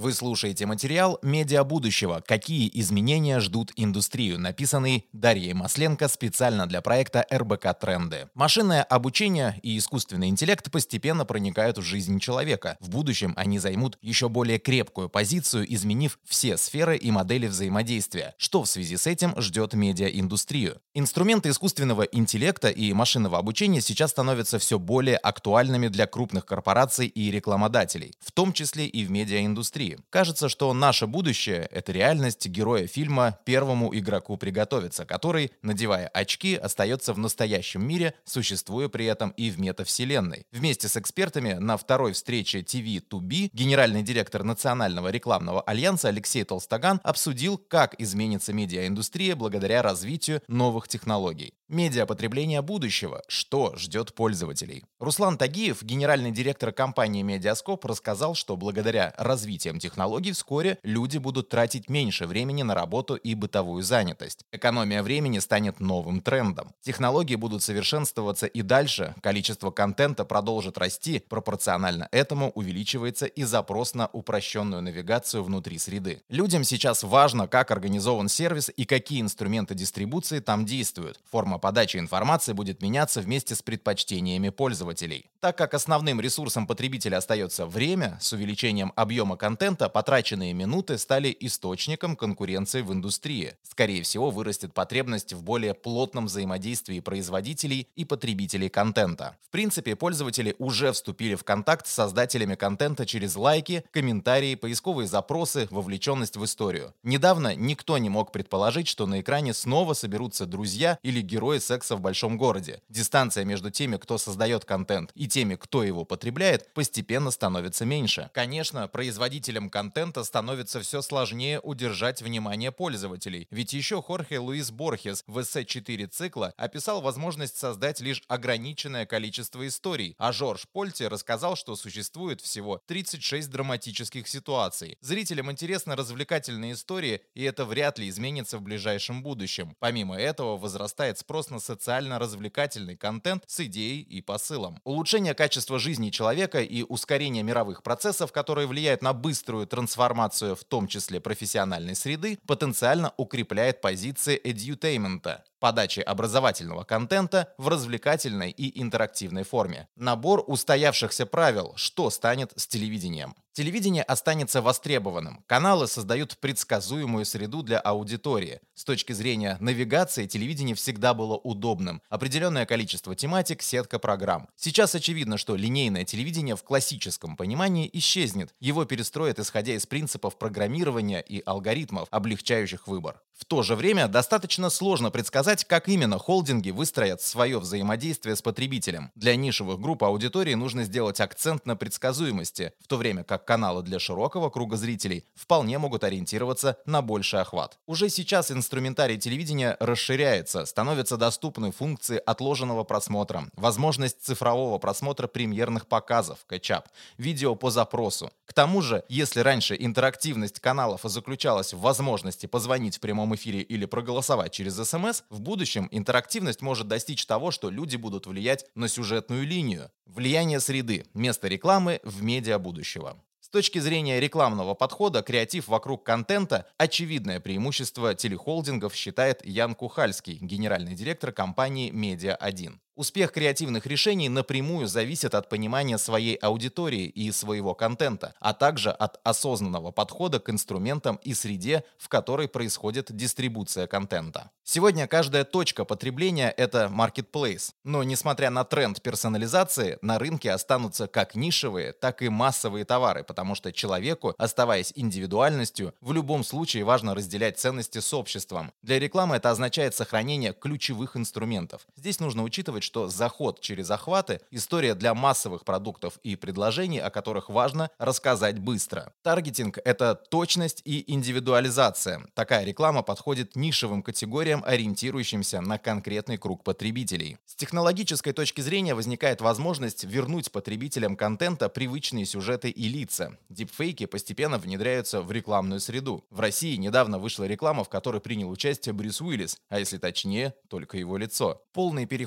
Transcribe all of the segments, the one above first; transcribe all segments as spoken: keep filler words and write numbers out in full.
Вы слушаете материал «Медиа будущего. Какие изменения ждут индустрию», написанный Дарьей Масленко специально для проекта эр бэ ка Тренды. Машинное обучение и искусственный интеллект постепенно проникают в жизнь человека. В будущем они займут еще более крепкую позицию, изменив все сферы и модели взаимодействия. Что в связи с этим ждет медиаиндустрию? Инструменты искусственного интеллекта и машинного обучения сейчас становятся все более актуальными для крупных корпораций и рекламодателей, в том числе и в медиаиндустрии. Кажется, что наше будущее — это реальность героя фильма «Первому игроку приготовиться», который, надевая очки, остается в настоящем мире, существуя при этом и в метавселенной. Вместе с экспертами на второй встрече ти ви ту би генеральный директор Национального рекламного альянса Алексей Толстоган обсудил, как изменится медиаиндустрия благодаря развитию новых технологий. Медиапотребление будущего. Что ждет пользователей? Руслан Тагиев, генеральный директор компании «Медиаскоп», рассказал, что благодаря развитиям технологий вскоре люди будут тратить меньше времени на работу и бытовую занятость. Экономия времени станет новым трендом. Технологии будут совершенствоваться и дальше, количество контента продолжит расти, пропорционально этому увеличивается и запрос на упрощенную навигацию внутри среды. Людям сейчас важно, как организован сервис и какие инструменты дистрибуции там действуют. Форма подачи информации будет меняться вместе с предпочтениями пользователей. Так как основным ресурсом потребителя остается время, с увеличением объема контента потраченные минуты стали источником конкуренции в индустрии. Скорее всего, вырастет потребность в более плотном взаимодействии производителей и потребителей контента. В принципе, пользователи уже вступили в контакт с создателями контента через лайки, комментарии, поисковые запросы, вовлеченность в историю. Недавно никто не мог предположить, что на экране снова соберутся друзья или герои секса в большом городе. Дистанция между теми, кто создает контент, и теми, кто его потребляет, постепенно становится меньше. Конечно, производителям контента становится все сложнее удержать внимание пользователей. Ведь еще Хорхе Луис Борхес в эссе четыре цикла описал возможность создать лишь ограниченное количество историй, а Жорж Польти рассказал, что существует всего тридцать шесть драматических ситуаций. Зрителям интересны развлекательные истории, и это вряд ли изменится в ближайшем будущем. Помимо этого, возрастает спрос на социально-развлекательный контент с идеей и посылом. Улучшение качества жизни человека и ускорение мировых процессов, которые влияют на быструю трансформацию, в том числе профессиональной среды, потенциально укрепляет позиции эдьютеймента, подачи образовательного контента в развлекательной и интерактивной форме. Набор устоявшихся правил, что станет с телевидением. Телевидение останется востребованным. Каналы создают предсказуемую среду для аудитории. С точки зрения навигации телевидение всегда было удобным. Определенное количество тематик, сетка программ. Сейчас очевидно, что линейное телевидение в классическом понимании исчезнет. Его перестроят, исходя из принципов программирования и алгоритмов, облегчающих выбор. В то же время достаточно сложно предсказать, как именно холдинги выстроят свое взаимодействие с потребителем. Для нишевых групп аудитории нужно сделать акцент на предсказуемости, в то время как каналы для широкого круга зрителей вполне могут ориентироваться на больший охват. Уже сейчас инструментарий телевидения расширяется, становятся доступны функции отложенного просмотра, возможность цифрового просмотра премьерных показов, кэтчап, видео по запросу. К тому же, если раньше интерактивность каналов заключалась в возможности позвонить в прямом эфире или проголосовать через эс эм эс, в будущем интерактивность может достичь того, что люди будут влиять на сюжетную линию. Влияние среды. Место рекламы в медиа будущего. С точки зрения рекламного подхода, креатив вокруг контента – очевидное преимущество телехолдингов, считает Ян Кухальский, генеральный директор компании «Медиа один». Успех креативных решений напрямую зависит от понимания своей аудитории и своего контента, а также от осознанного подхода к инструментам и среде, в которой происходит дистрибуция контента. Сегодня каждая точка потребления – это marketplace, но несмотря на тренд персонализации, на рынке останутся как нишевые, так и массовые товары, потому что человеку, оставаясь индивидуальностью, в любом случае важно разделять ценности с обществом. Для рекламы это означает сохранение ключевых инструментов. Здесь нужно учитывать, что заход через охваты – история для массовых продуктов и предложений, о которых важно рассказать быстро. Таргетинг – это точность и индивидуализация. Такая реклама подходит нишевым категориям, ориентирующимся на конкретный круг потребителей. С технологической точки зрения возникает возможность вернуть потребителям контента привычные сюжеты и лица. Дипфейки постепенно внедряются в рекламную среду. В России недавно вышла реклама, в которой принял участие Брюс Уиллис, а если точнее, только его лицо. Полный переход в цифровой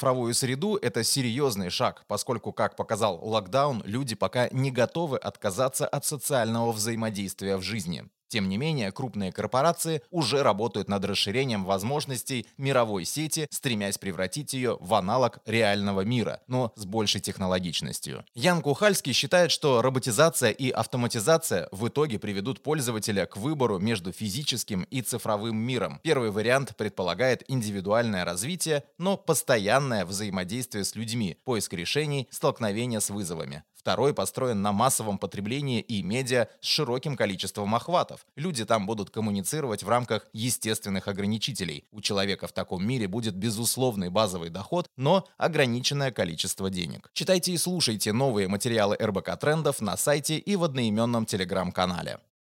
цифровую среду – это серьезный шаг, поскольку, как показал локдаун, люди пока не готовы отказаться от социального взаимодействия в жизни. Тем не менее, крупные корпорации уже работают над расширением возможностей мировой сети, стремясь превратить ее в аналог реального мира, но с большей технологичностью. Ян Кухальский считает, что роботизация и автоматизация в итоге приведут пользователя к выбору между физическим и цифровым миром. Первый вариант предполагает индивидуальное развитие, но постоянное взаимодействие с людьми, поиск решений, столкновение с вызовами. Второй построен на массовом потреблении и медиа с широким количеством охватов. Люди там будут коммуницировать в рамках естественных ограничителей. У человека в таком мире будет безусловный базовый доход, но ограниченное количество денег. Читайте и слушайте новые материалы эр бэ ка Трендов на сайте и в одноименном телеграм-канале.